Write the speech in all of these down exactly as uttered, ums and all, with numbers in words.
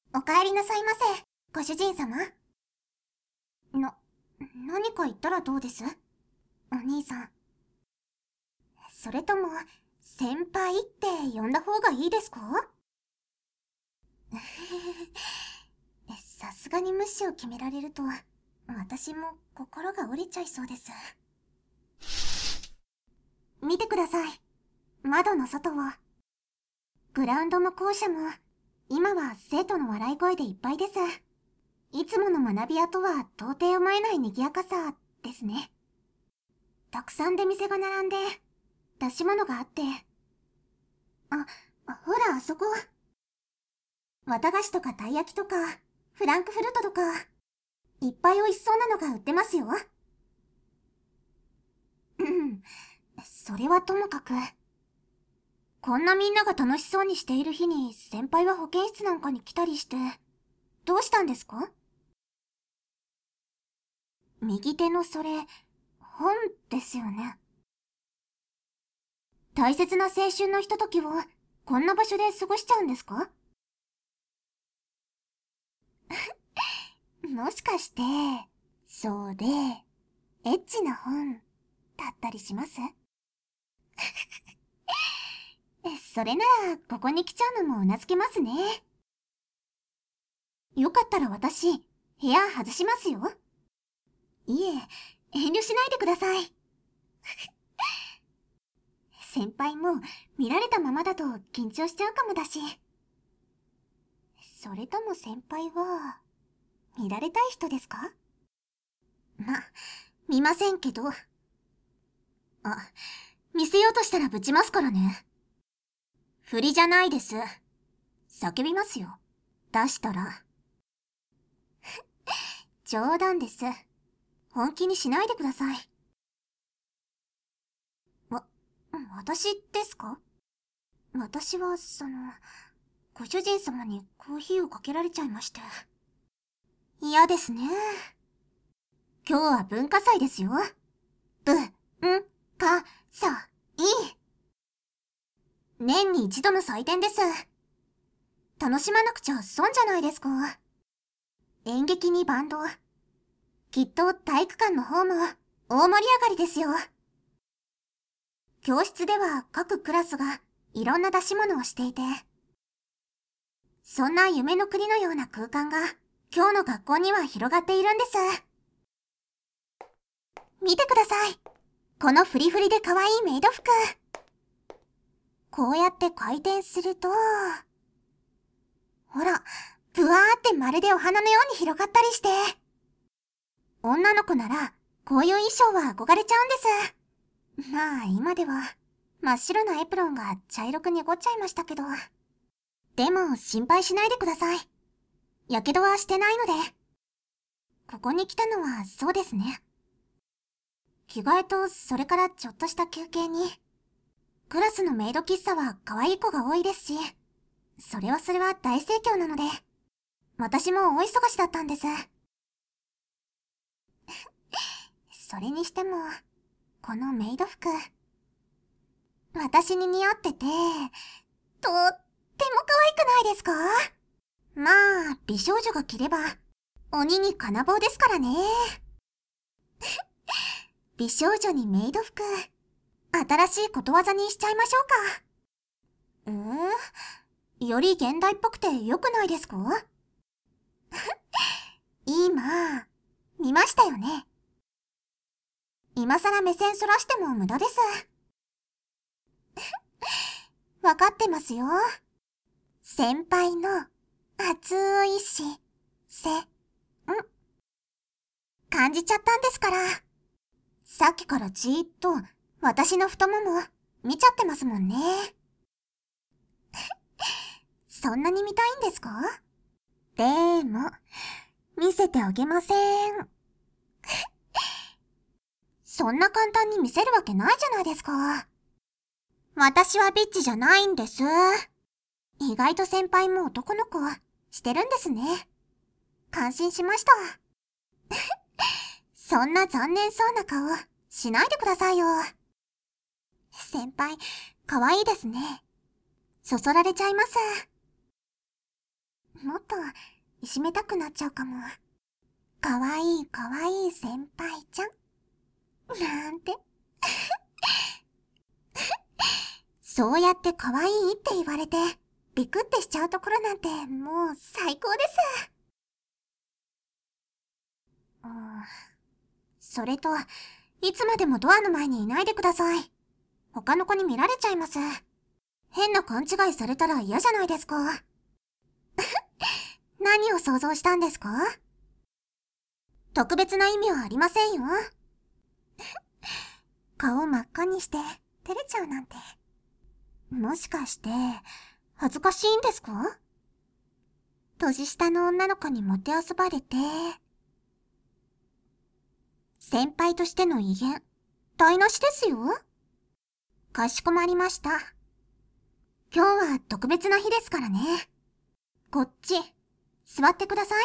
お帰りなさいませ、ご主人様。な、何か言ったらどうです？お兄さん。それとも、先輩って呼んだ方がいいですか？さすがに無視を決められると、私も心が折れちゃいそうです。見てください。窓の外を。グラウンドも校舎も、今は生徒の笑い声でいっぱいです。いつもの学び屋とは到底思えない賑やかさですね。たくさん出店が並んで、出し物があって。あ、ほらあそこ。綿菓子とかたい焼きとか、フランクフルトとか、いっぱい美味しそうなのが売ってますよ。うん、それはともかく。こんなみんなが楽しそうにしている日に先輩は保健室なんかに来たりして、どうしたんですか？右手のそれ、本ですよね。大切な青春のひとときを、こんな場所で過ごしちゃうんですか？もしかして、それ、エッチな本、だったりします？それなら、ここに来ちゃうのも頷けますね。よかったら私、部屋外しますよ。いえ、遠慮しないでください。先輩も見られたままだと緊張しちゃうかもだし。それとも先輩は、見られたい人ですか？ま、見ませんけど。あ、見せようとしたらぶちますからね。振りじゃないです。叫びますよ。出したら。冗談です。本気にしないでください。わ、私ですか？私は、その、ご主人様にコーヒーをかけられちゃいまして。嫌ですね。今日は文化祭ですよ。ぶ、ん、か、さ、い。年に一度の祭典です。楽しまなくちゃ損じゃないですか。演劇にバンド。きっと体育館の方も大盛り上がりですよ。教室では各クラスがいろんな出し物をしていて、そんな夢の国のような空間が今日の学校には広がっているんです。見てください。このフリフリで可愛いメイド服。こうやって回転すると、ほら、ブワーってまるでお花のように広がったりして。女の子なら、こういう衣装は憧れちゃうんです。まあ、今では、真っ白なエプロンが茶色く濁っちゃいましたけど。でも、心配しないでください。やけどはしてないので。ここに来たのはそうですね。着替えと、それからちょっとした休憩に。クラスのメイド喫茶は可愛い子が多いですし、それはそれは大盛況なので、私も大忙しだったんです。それにしても、このメイド服、私に似合ってて、とっても可愛くないですか？まあ、美少女が着れば、鬼に金棒ですからね。美少女にメイド服、新しいことわざにしちゃいましょうか。えー、より現代っぽくて良くないですか？今、見ましたよね。今更目線そらしても無駄です。わかってますよ。先輩の熱いし、せ、ん感じちゃったんですから。さっきからじーっと私の太もも見ちゃってますもんね。そんなに見たいんですか？でも、見せてあげません。そんな簡単に見せるわけないじゃないですか。私はビッチじゃないんです。意外と先輩も男の子してるんですね。感心しました。そんな残念そうな顔しないでくださいよ。先輩、可愛いですね。そそられちゃいます。 もっといじめたくなっちゃうかも。かわいいかわいい先輩ちゃん。なんて。そうやってかわいいって言われて、ビクってしちゃうところなんてもう最高です。うん、それと、いつまでもドアの前にいないでください。他の子に見られちゃいます。変な勘違いされたら嫌じゃないですか。何を想像したんですか？特別な意味はありませんよ。顔真っ赤にして照れちゃうなんて。もしかして恥ずかしいんですか？年下の女の子にもてあそばれて。先輩としての威厳台無しですよ。かしこまりました。今日は特別な日ですからね。こっち座ってください。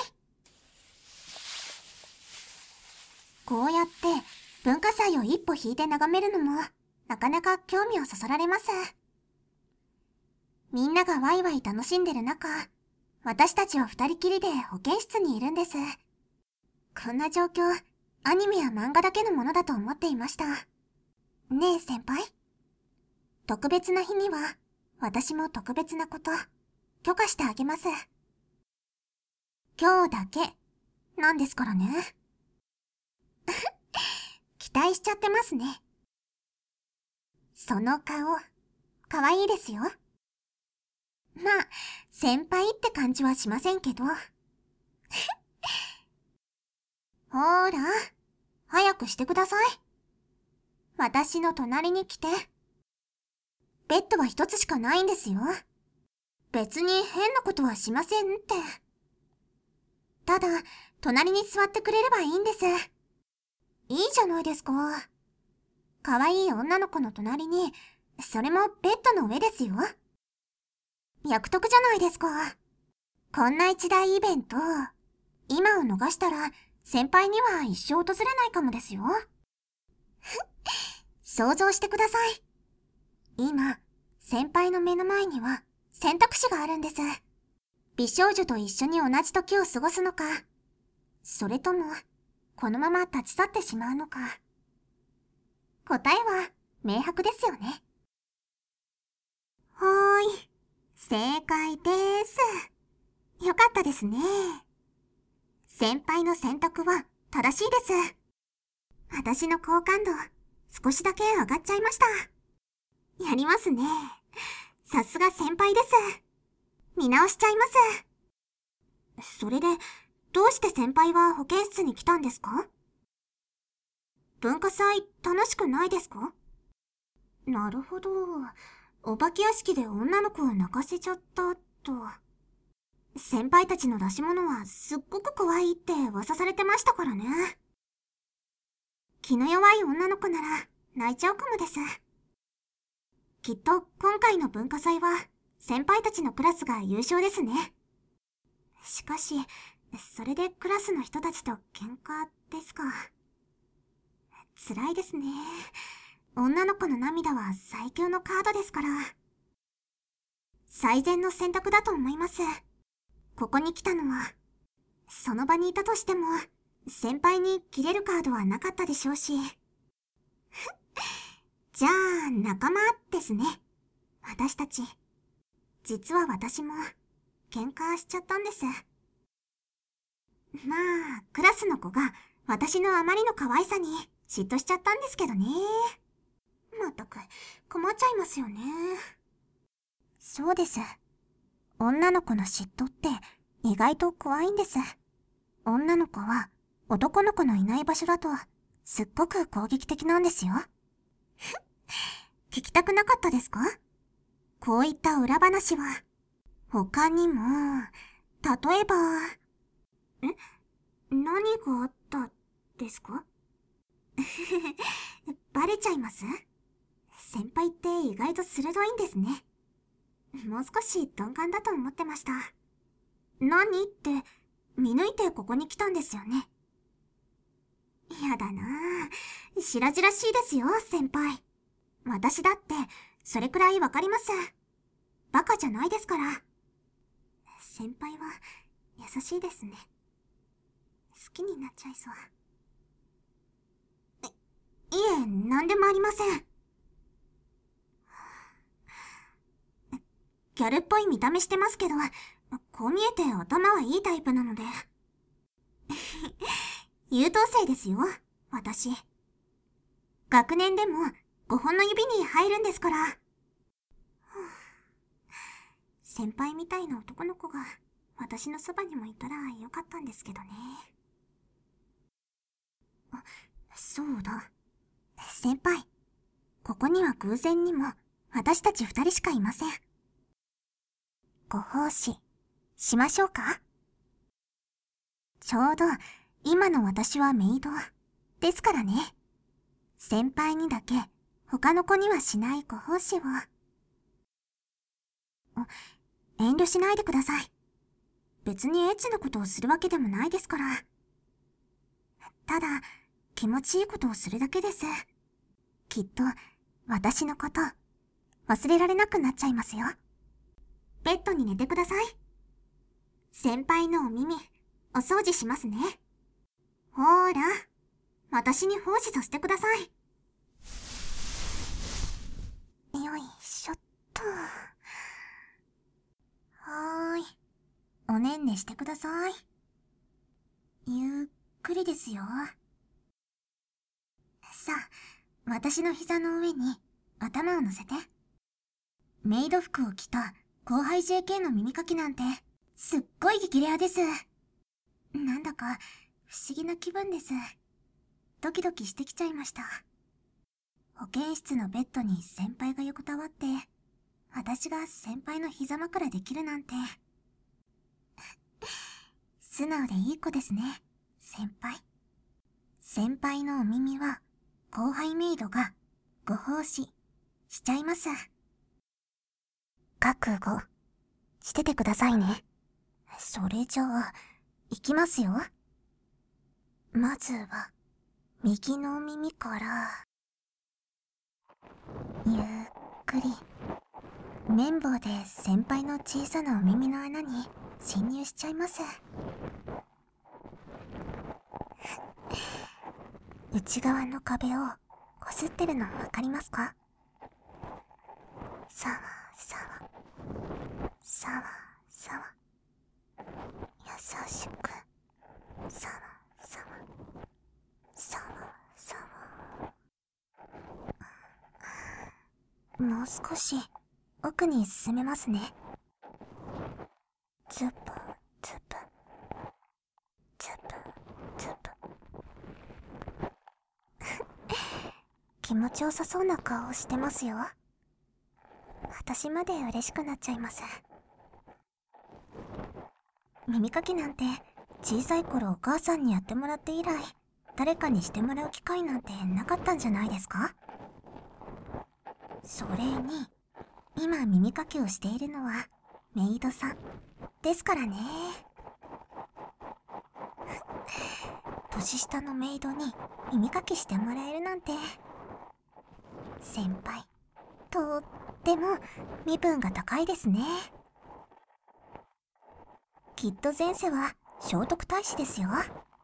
こうやって文化祭を一歩引いて眺めるのもなかなか興味をそそられます。みんながワイワイ楽しんでる中、私たちは二人きりで保健室にいるんです。こんな状況、アニメや漫画だけのものだと思っていました。ねえ先輩。特別な日には私も特別なこと許可してあげます。今日だけなんですからね。期待しちゃってますね。その顔、かわいいですよ。まあ、先輩って感じはしませんけど。ほーら、早くしてください。私の隣に来て。ベッドは一つしかないんですよ。別に変なことはしませんって。ただ、隣に座ってくれればいいんです。いいじゃないですか。かわいい女の子の隣に、それもベッドの上ですよ。約束じゃないですか。こんな一大イベント、今を逃したら先輩には一生訪れないかもですよ。想像してください。今、先輩の目の前には選択肢があるんです。美少女と一緒に同じ時を過ごすのか、それとも、このまま立ち去ってしまうのか。答えは明白ですよね。はーい。正解です。よかったですね。先輩の選択は正しいです。私の好感度、少しだけ上がっちゃいました。やりますね。さすが先輩です。見直しちゃいます。それで、どうして先輩は保健室に来たんですか？文化祭楽しくないですか？なるほど。お化け屋敷で女の子を泣かせちゃったと。先輩たちの出し物はすっごく怖いって噂されてましたからね。気の弱い女の子なら泣いちゃうかもです。きっと今回の文化祭は先輩たちのクラスが優勝ですね。しかし、それでクラスの人たちと喧嘩ですか。辛いですね。女の子の涙は最強のカードですから。最善の選択だと思います。ここに来たのは、その場にいたとしても、先輩に切れるカードはなかったでしょうし。じゃあ、仲間ですね。私たち。実は私も、喧嘩しちゃったんです。まあ、クラスの子が、私のあまりの可愛さに嫉妬しちゃったんですけどね。まったく、困っちゃいますよね。そうです。女の子の嫉妬って意外と怖いんです。女の子は男の子のいない場所だとすっごく攻撃的なんですよ。聞きたくなかったですか？こういった裏話は他にも、例えば、え？何があったですか？バレちゃいます？先輩って意外と鋭いんですね。もう少し鈍感だと思ってました。何って見抜いてここに来たんですよね。やだなぁ。白々しいですよ、先輩。私だってそれくらいわかります。バカじゃないですから。 先輩は優しいですね。好きになっちゃいそう。いえ、なんでもありません。ギャルっぽい見た目してますけど、こう見えて頭はいいタイプなので。優等生ですよ、私。学年でもごほんの指に入るんですから。先輩みたいな男の子が私のそばにもいたらよかったんですけどね。あ、そうだ。先輩、ここには偶然にも私たち二人しかいません。ご奉仕しましょうか？ちょうど今の私はメイドですからね。先輩にだけ他の子にはしないご奉仕を。あ、遠慮しないでください。別にエッチなことをするわけでもないですから。ただ、気持ちいいことをするだけです。きっと、私のこと、忘れられなくなっちゃいますよ。ベッドに寝てください。先輩のお耳、お掃除しますね。ほーら、私に奉仕させてください。よいしょっと。はーい。おねんねしてください。ゆっくりですよ。さあ、私の膝の上に頭を乗せて。メイド服を着た後輩 ジェーケー の耳かきなんてすっごい激レアです。なんだか不思議な気分です。ドキドキしてきちゃいました。保健室のベッドに先輩が横たわって、私が先輩の膝枕できるなんて。素直でいい子ですね、先輩。先輩のお耳は後輩メイドがご奉仕しちゃいます。覚悟しててくださいね。それじゃあ、いきますよ。まずは、右の耳から、ゆっくり、綿棒で先輩の小さなお耳の穴に侵入しちゃいます。内側の壁をこすってるのわかりますか？さわさわ、さわさわ、優しく、さわさわ、さわさわ。もう少し奥に進めますね。ズプズプ、ズプズプ。気持ちよさそうな顔をしてますよ。私まで嬉しくなっちゃいます。耳かきなんて小さい頃お母さんにやってもらって以来、誰かにしてもらう機会なんてなかったんじゃないですか？それに、今耳かきをしているのはメイドさんですからね。年下のメイドに耳かきしてもらえるなんて。先輩、とっても身分が高いですね。きっと前世は聖徳太子ですよ。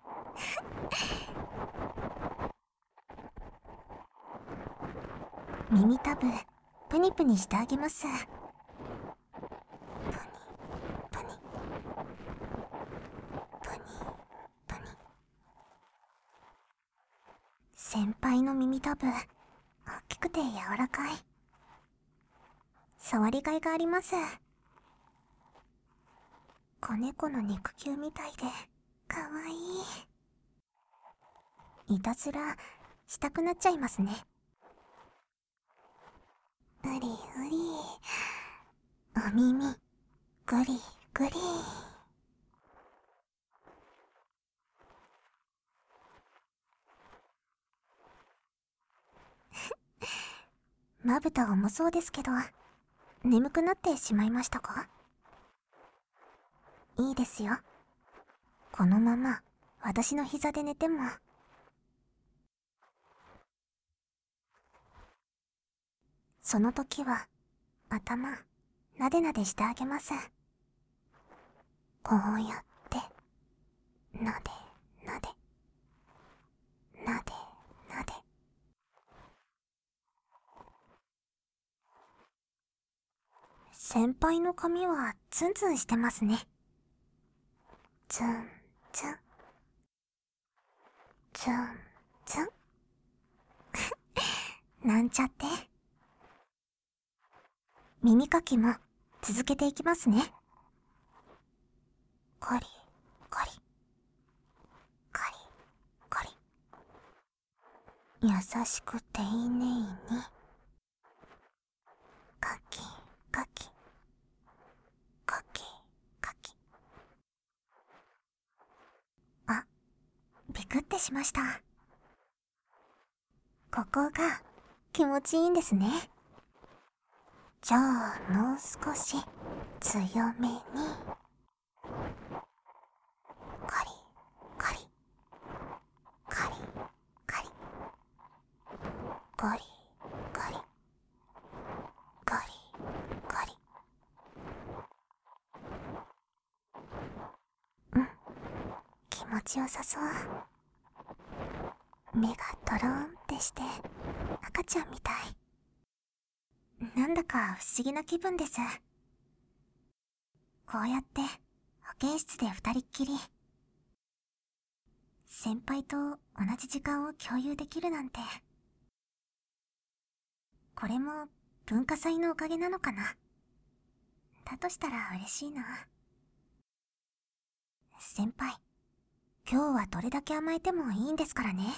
耳たぶプニプニしてあげます。プニプニプニプニ。先輩の耳たぶ大きくて柔らかい。触りがいがあります。子猫の肉球みたいでかわいい。いたずらしたくなっちゃいますね。うりうり、お耳ぐりぐり。まぶた重そうですけど、眠くなってしまいましたか？いいですよ。このまま私の膝で寝ても。その時は頭なでなでしてあげます。 こうやって、なで、なで、なで、なで。先輩の髪はツンツンしてますね。ツンツン。ツンツン。なんちゃって。耳かきも続けていきますね。コリコリコリコリ。優しく丁寧にかきかきかきかき。あ、ビクってしました。ここが気持ちいいんですね。じゃあもう少し強めにカリカリカリカリゴリゴリゴリゴリ。うん、気持ちよさそう。目がトローンってして赤ちゃんみたい。なんだか不思議な気分です。こうやって保健室で二人っきり、先輩と同じ時間を共有できるなんて。これも文化祭のおかげなのかな。だとしたら嬉しいな。先輩、今日はどれだけ甘えてもいいんですからね。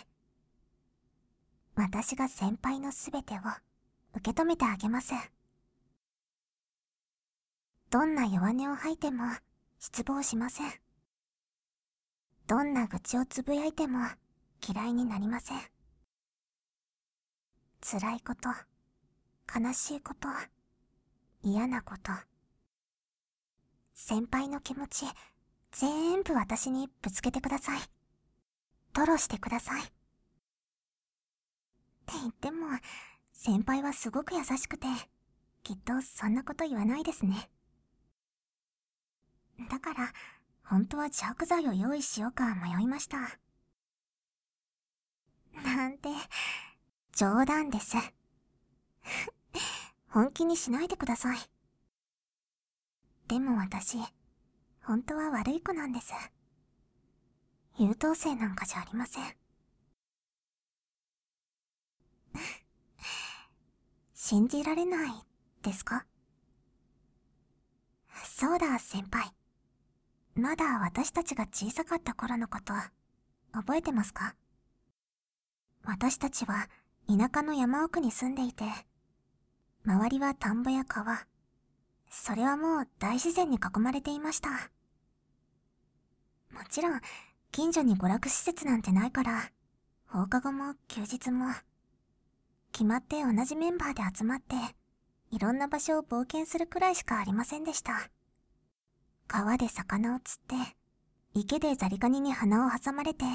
私が先輩のすべてを受け止めてあげます。どんな弱音を吐いても失望しません。どんな愚痴をつぶやいても嫌いになりません。辛いこと、悲しいこと、嫌なこと、先輩の気持ち全部私にぶつけてください。吐露してください。って言っても先輩はすごく優しくて、きっとそんなこと言わないですね。だから本当はジャーク剤を用意しようか迷いました。なんて冗談です。本気にしないでください。でも私本当は悪い子なんです。優等生なんかじゃありません。信じられないですか？そうだ先輩、まだ私たちが小さかった頃のこと覚えてますか？私たちは田舎の山奥に住んでいて、周りは田んぼや川、それはもう大自然に囲まれていました。もちろん近所に娯楽施設なんてないから、放課後も休日も決まって同じメンバーで集まっていろんな場所を冒険するくらいしかありませんでした。川で魚を釣って、池でザリガニに鼻を挟まれて、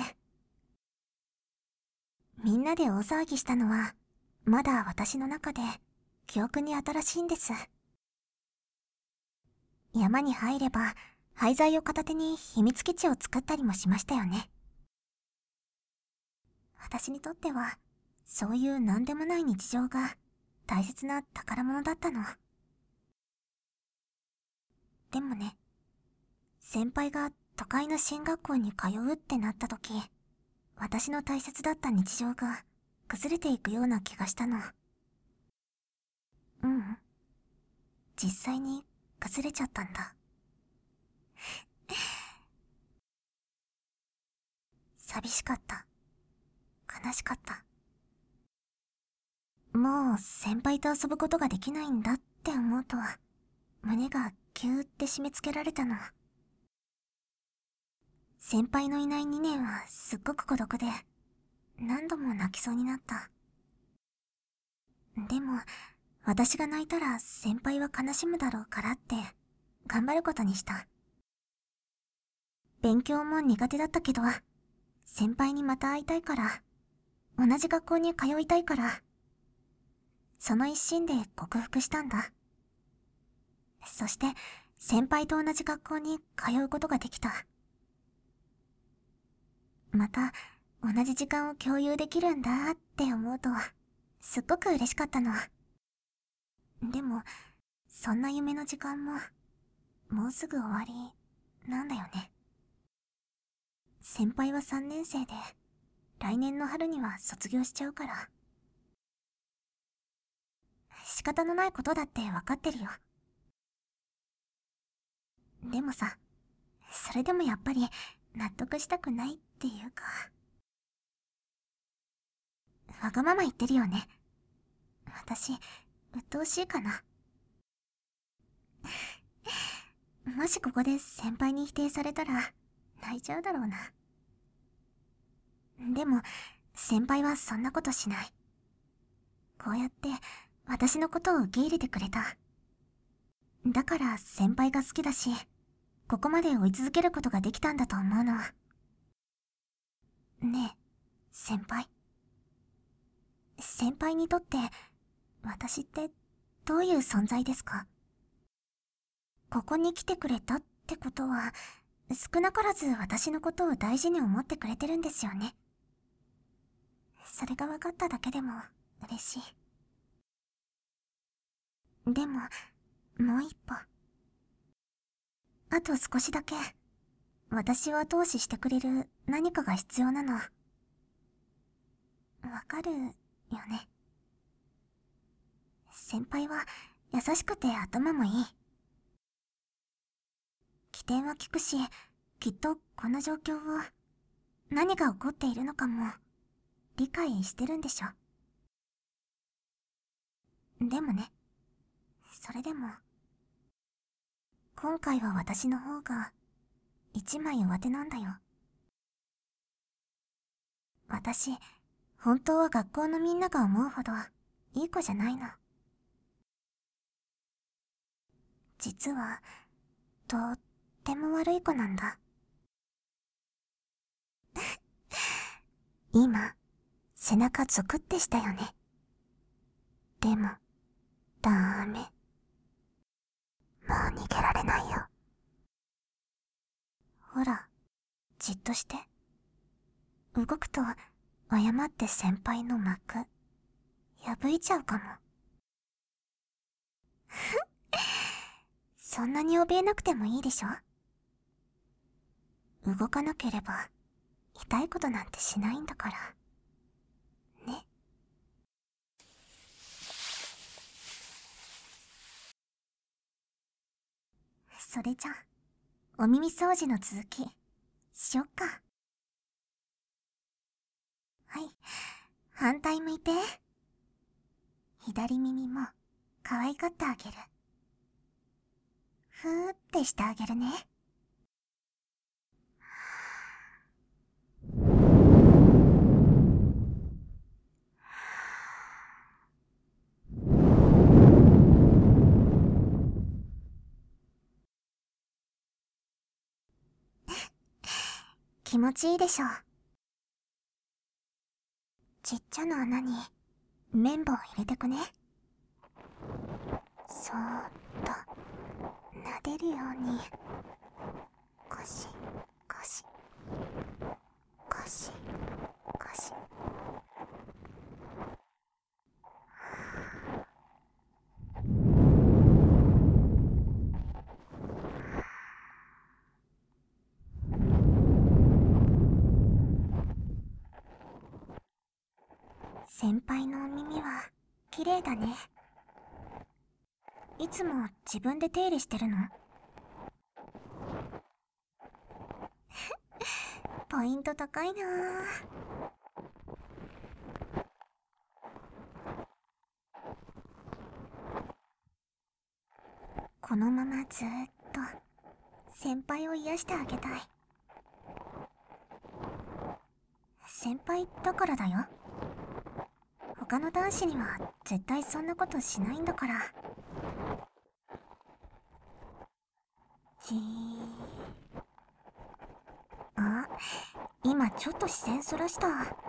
みんなで大騒ぎしたのはまだ私の中で記憶に新しいんです。山に入れば廃材を片手に秘密基地を作ったりもしましたよね。私にとってはそういう何でもない日常が大切な宝物だったの。でもね、先輩が都会の進学校に通うってなった時、私の大切だった日常が崩れていくような気がしたの。ううん、実際に崩れちゃったんだ。寂しかった。悲しかった。もう先輩と遊ぶことができないんだって思うと、胸がギューって締め付けられたの。先輩のいないにねんはすっごく孤独で、何度も泣きそうになった。でも私が泣いたら先輩は悲しむだろうからって頑張ることにした。勉強も苦手だったけど、先輩にまた会いたいから、同じ学校に通いたいから、その一心で克服したんだ。そして先輩と同じ学校に通うことができた。また同じ時間を共有できるんだって思うとすっごく嬉しかったの。でもそんな夢の時間ももうすぐ終わりなんだよね。先輩はさんねん生で来年の春には卒業しちゃうから。仕方のないことだってわかってるよ。でもさ、それでもやっぱり納得したくないっていうか、わがまま言ってるよね。私、鬱陶しいかな。もしここで先輩に否定されたら泣いちゃうだろうな。でも先輩はそんなことしない。こうやって私のことを受け入れてくれた。だから先輩が好きだし、ここまで追い続けることができたんだと思うの。ねえ、先輩。先輩にとって私ってどういう存在ですか？ここに来てくれたってことは、少なからず私のことを大事に思ってくれてるんですよね。それが分かっただけでも嬉しい。でも、もう一歩。あと少しだけ、私を後押ししてくれる何かが必要なの。わかるよね。先輩は優しくて頭もいい。機転は利くし、きっとこの状況を、何が起こっているのかも理解してるんでしょ。でもね、それでも今回は私の方が一枚上手なんだよ。私、本当は学校のみんなが思うほどいい子じゃないの。実はとっても悪い子なんだ。今背中ゾクってしたよね。でもダメ。もう逃げられないよ。ほら、じっとして。動くと誤って先輩の幕破いちゃうかも。そんなに怯えなくてもいいでしょ。動かなければ痛いことなんてしないんだからね。それじゃお耳掃除の続きしよっか。はい、反対向いて。左耳も可愛がってあげる。ふーってしてあげるね。気持ちいいでしょ。ちっちゃな穴に綿棒入れてくね。そーっと撫でるようにゴシゴシゴシゴシ。先輩のお耳は綺麗だね。いつも自分で手入れしてるの？ポイント高いなぁ。このままずーっと先輩を癒してあげたい。先輩だからだよ。他の男子には絶対そんなことしないんだから。じー。あ、今ちょっと視線そらした。ね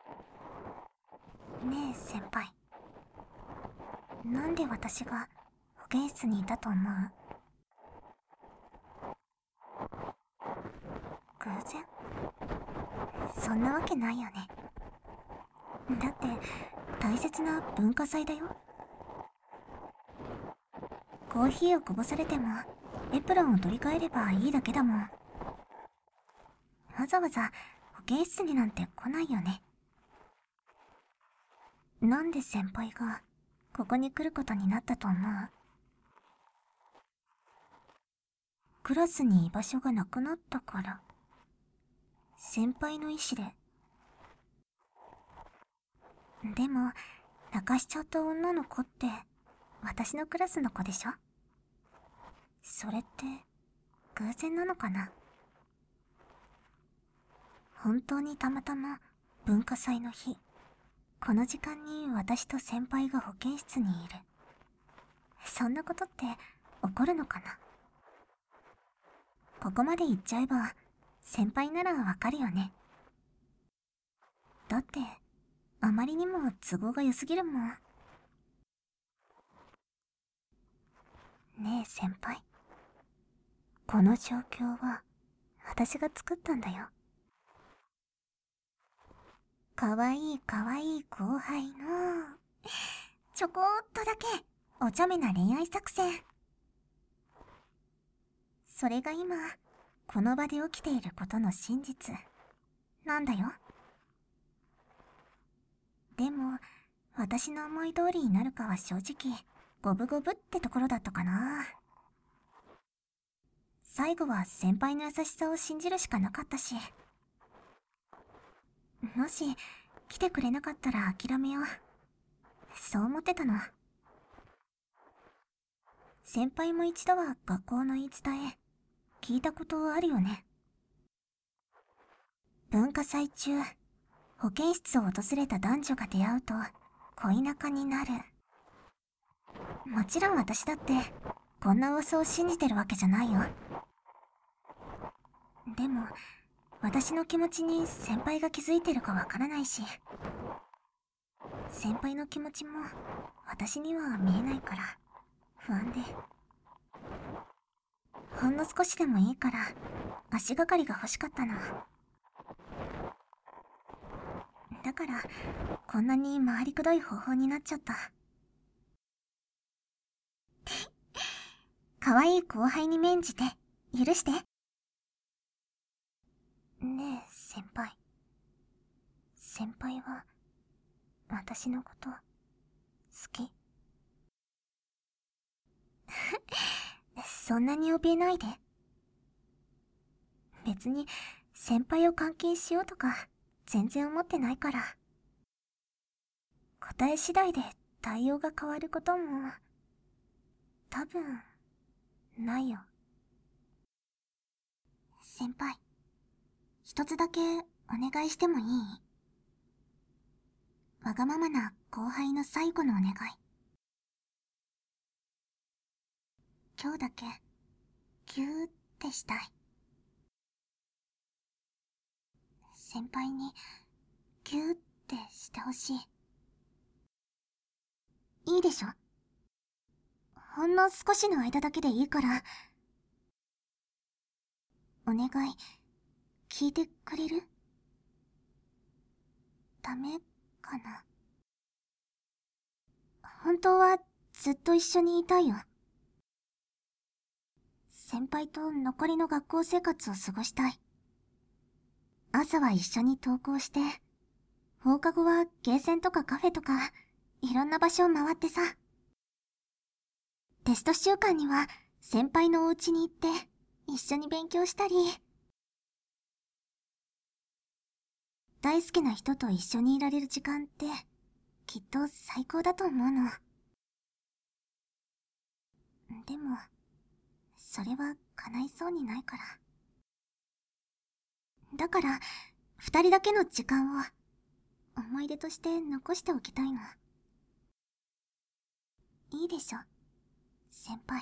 え先輩、なんで私が健室にいたと思う。偶然？そんなわけないよね。だって大切な文化祭だよ。コーヒーをこぼされてもエプロンを取り替えればいいだけだもん。わざわざ保健室になんて来ないよね。なんで先輩がここに来ることになったと思う？クラスに居場所がなくなったから。先輩の意思で。でも泣かしちゃった女の子って私のクラスの子でしょ？それって偶然なのかな？本当にたまたま文化祭の日、この時間に私と先輩が保健室にいる。そんなことって起こるのかな？ここまで言っちゃえば先輩ならわかるよね。だってあまりにも都合が良すぎるもん。ねえ先輩、この状況は私が作ったんだよ。かわいいかわいい後輩のちょこっとだけお茶目な恋愛作戦。それが今この場で起きていることの真実なんだよ。でも私の思い通りになるかは正直五分五分ってところだったかな。最後は先輩の優しさを信じるしかなかったし、もし来てくれなかったら諦めよう、そう思ってたの。先輩も一度は学校の言い伝え聞いたことあるよね。文化祭中保健室を訪れた男女が出会うと恋仲になる。もちろん私だってこんな噂を信じてるわけじゃないよ。でも私の気持ちに先輩が気づいてるかわからないし、先輩の気持ちも私には見えないから不安で、ほんの少しでもいいから足がかりが欲しかったの。だからこんなに回りくどい方法になっちゃった。可愛い後輩に免じて許して。ねえ先輩、先輩は私のこと好き？そんなに怯えないで。別に先輩を監禁しようとか全然思ってないから。答え次第で対応が変わることも多分ないよ。先輩、一つだけお願いしてもいい？わがままな後輩の最後のお願い。今日だけギューってしたい。先輩にギューってしてほしい。いいでしょ？ほんの少しの間だけでいいからお願い聞いてくれる？ダメかな？本当はずっと一緒にいたいよ。先輩と残りの学校生活を過ごしたい。朝は一緒に登校して、放課後はゲーセンとかカフェとかいろんな場所を回ってさ。テスト週間には先輩のお家に行って一緒に勉強したり、大好きな人と一緒にいられる時間ってきっと最高だと思うの。でもそれは叶いそうにないから。だから二人だけの時間を思い出として残しておきたいの。いいでしょ先輩。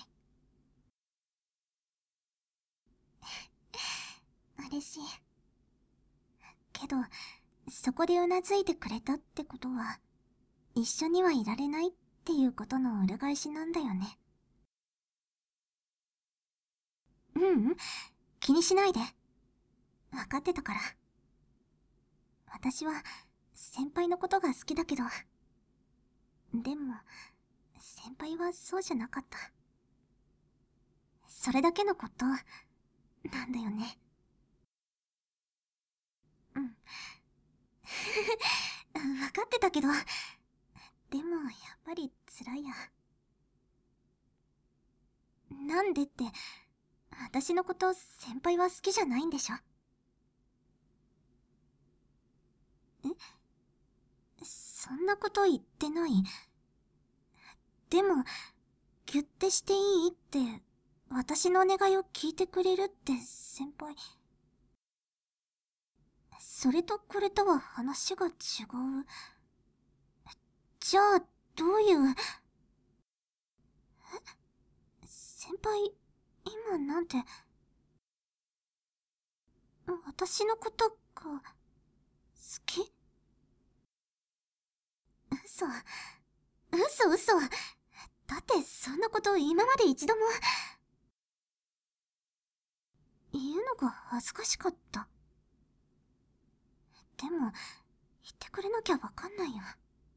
嬉しいけど、そこでうなずいてくれたってことは一緒にはいられないっていうことの裏返しなんだよね。 ううん、気にしないで。わかってたから。私は先輩のことが好きだけど、でも先輩はそうじゃなかった。それだけのことなんだよね。うん。わかってたけど、でもやっぱり辛いや。なんでって、私のこと先輩は好きじゃないんでしょ？え？そんなこと言ってない。でも、ギュッてしていいって、私のお願いを聞いてくれるって先輩。それとこれとは話が違う。じゃあ、どういう。え？先輩、今なんて。私のことが、好き？嘘。嘘嘘。だってそんなこと今まで一度も。言うのが恥ずかしかった。でも、言ってくれなきゃわかんないよ。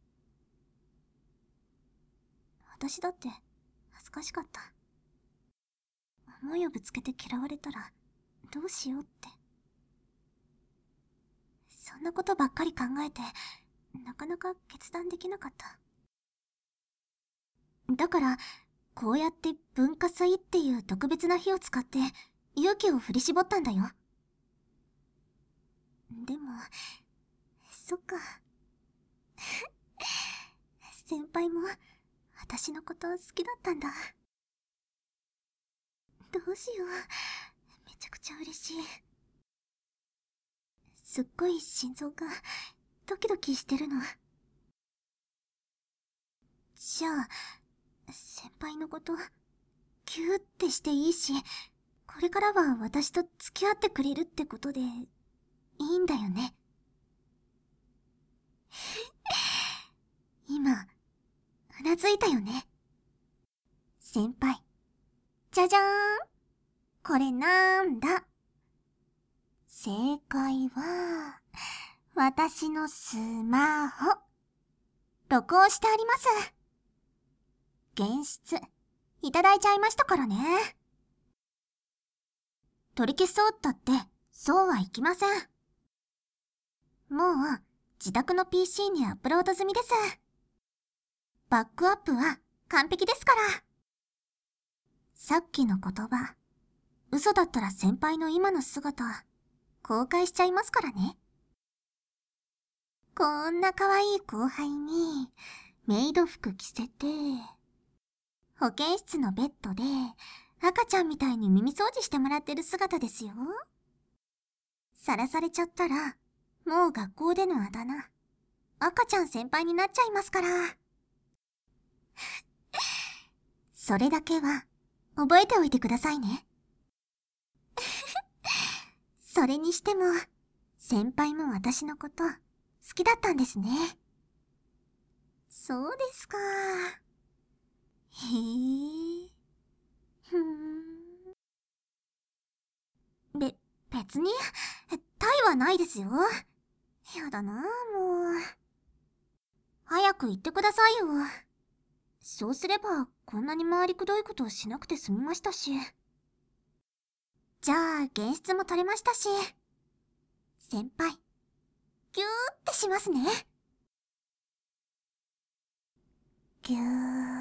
私だって恥ずかしかった。思いをぶつけて嫌われたらどうしようって。そんなことばっかり考えて、なかなか決断できなかった。だから、こうやって文化祭っていう特別な日を使って勇気を振り絞ったんだよ。でも、そっか。先輩も私のこと好きだったんだ。どうしよう。めちゃくちゃ嬉しい。すっごい心臓がドキドキしてるの。じゃあ、先輩のことギューってしていいし、これからは私と付き合ってくれるってことでいいんだよね。今、うなずいたよね。先輩。じゃじゃーん。これなんだ？正解は、私のスマホ。録音してあります。現出、いただいちゃいましたからね。取り消そうったって、そうはいきません。もう、自宅の ピーシー にアップロード済みです。バックアップは完璧ですから。さっきの言葉、嘘だったら先輩の今の姿、公開しちゃいますからね。こんな可愛い後輩に、メイド服着せて、保健室のベッドで、赤ちゃんみたいに耳掃除してもらってる姿ですよ。さらされちゃったら、もう学校でのあだ名、赤ちゃん先輩になっちゃいますから。それだけは、覚えておいてくださいね。それにしても、先輩も私のこと、好きだったんですね。そうですか。へえ。ふーん。べ、別に、タイはないですよ。やだな、もう。早く言ってくださいよ。そうすれば、こんなに回りくどいことをしなくて済みましたし。じゃあ、現出も取れましたし。先輩、ぎゅーってしますね。ぎゅー。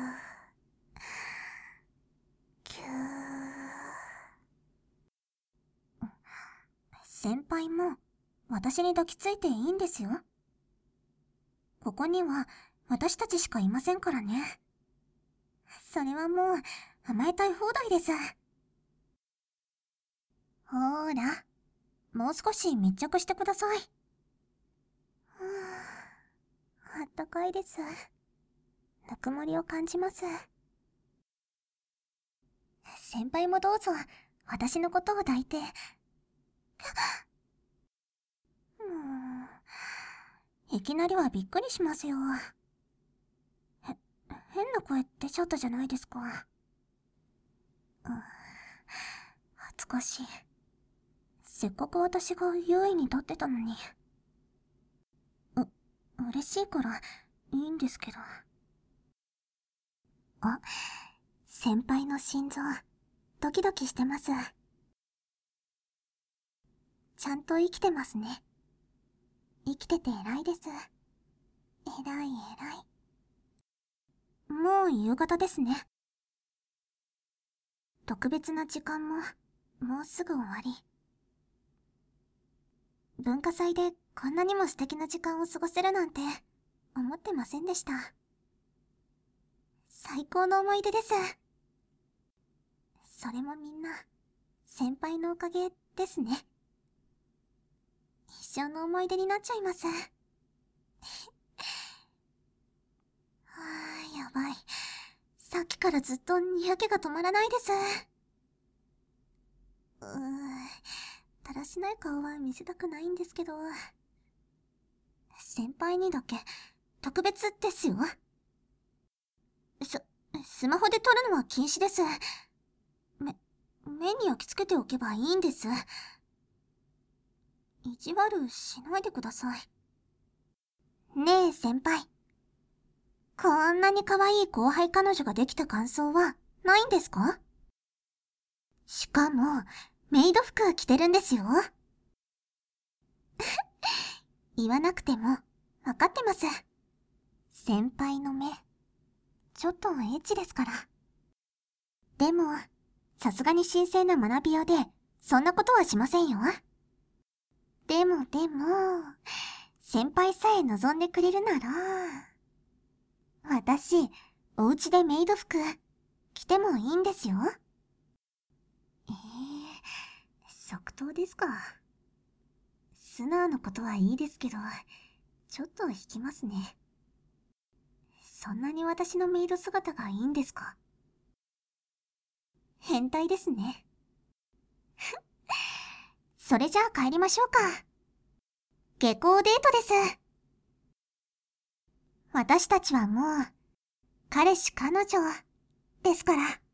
ぎゅー。先輩も、私に抱きついていいんですよ。ここには、私たちしかいませんからね。それはもう、甘えたい放題です。ほーら、もう少し密着してください。はぁ、あったかいです。ぬくもりを感じます。先輩もどうぞ、私のことを抱いて。もう、いきなりはびっくりしますよ。へ、変な声出ちゃったじゃないですか。うん、 かしい。せっかく私が優位に立ってたのに。う、嬉しいからいいんですけど。あ、先輩の心臓、ドキドキしてます。ちゃんと生きてますね。生きてて偉いです。偉い偉い。もう夕方ですね。特別な時間ももうすぐ終わり。文化祭でこんなにも素敵な時間を過ごせるなんて思ってませんでした。最高の思い出です。それもみんな先輩のおかげですね。一生の思い出になっちゃいます。はあ、やばい。さっきからずっとにやけが止まらないです。うーん、だらしない顔は見せたくないんですけど、先輩にだけ特別ですよ。す、スマホで撮るのは禁止です。め、目に焼き付けておけばいいんです。意地悪しないでください。ねえ先輩。こんなに可愛い後輩彼女ができた感想はないんですか？しかも、メイド服着てるんですよ。言わなくてもわかってます。先輩の目、ちょっとエッチですから。でも、さすがに神聖な学びようで、そんなことはしませんよ。でもでも、先輩さえ望んでくれるなら、私、お家でメイド服、着てもいいんですよ。ええー、即答ですか。素直なことはいいですけど、ちょっと引きますね。そんなに私のメイド姿がいいんですか？変態ですね。それじゃあ帰りましょうか。下校デートです。私たちはもう、彼氏彼女、ですから。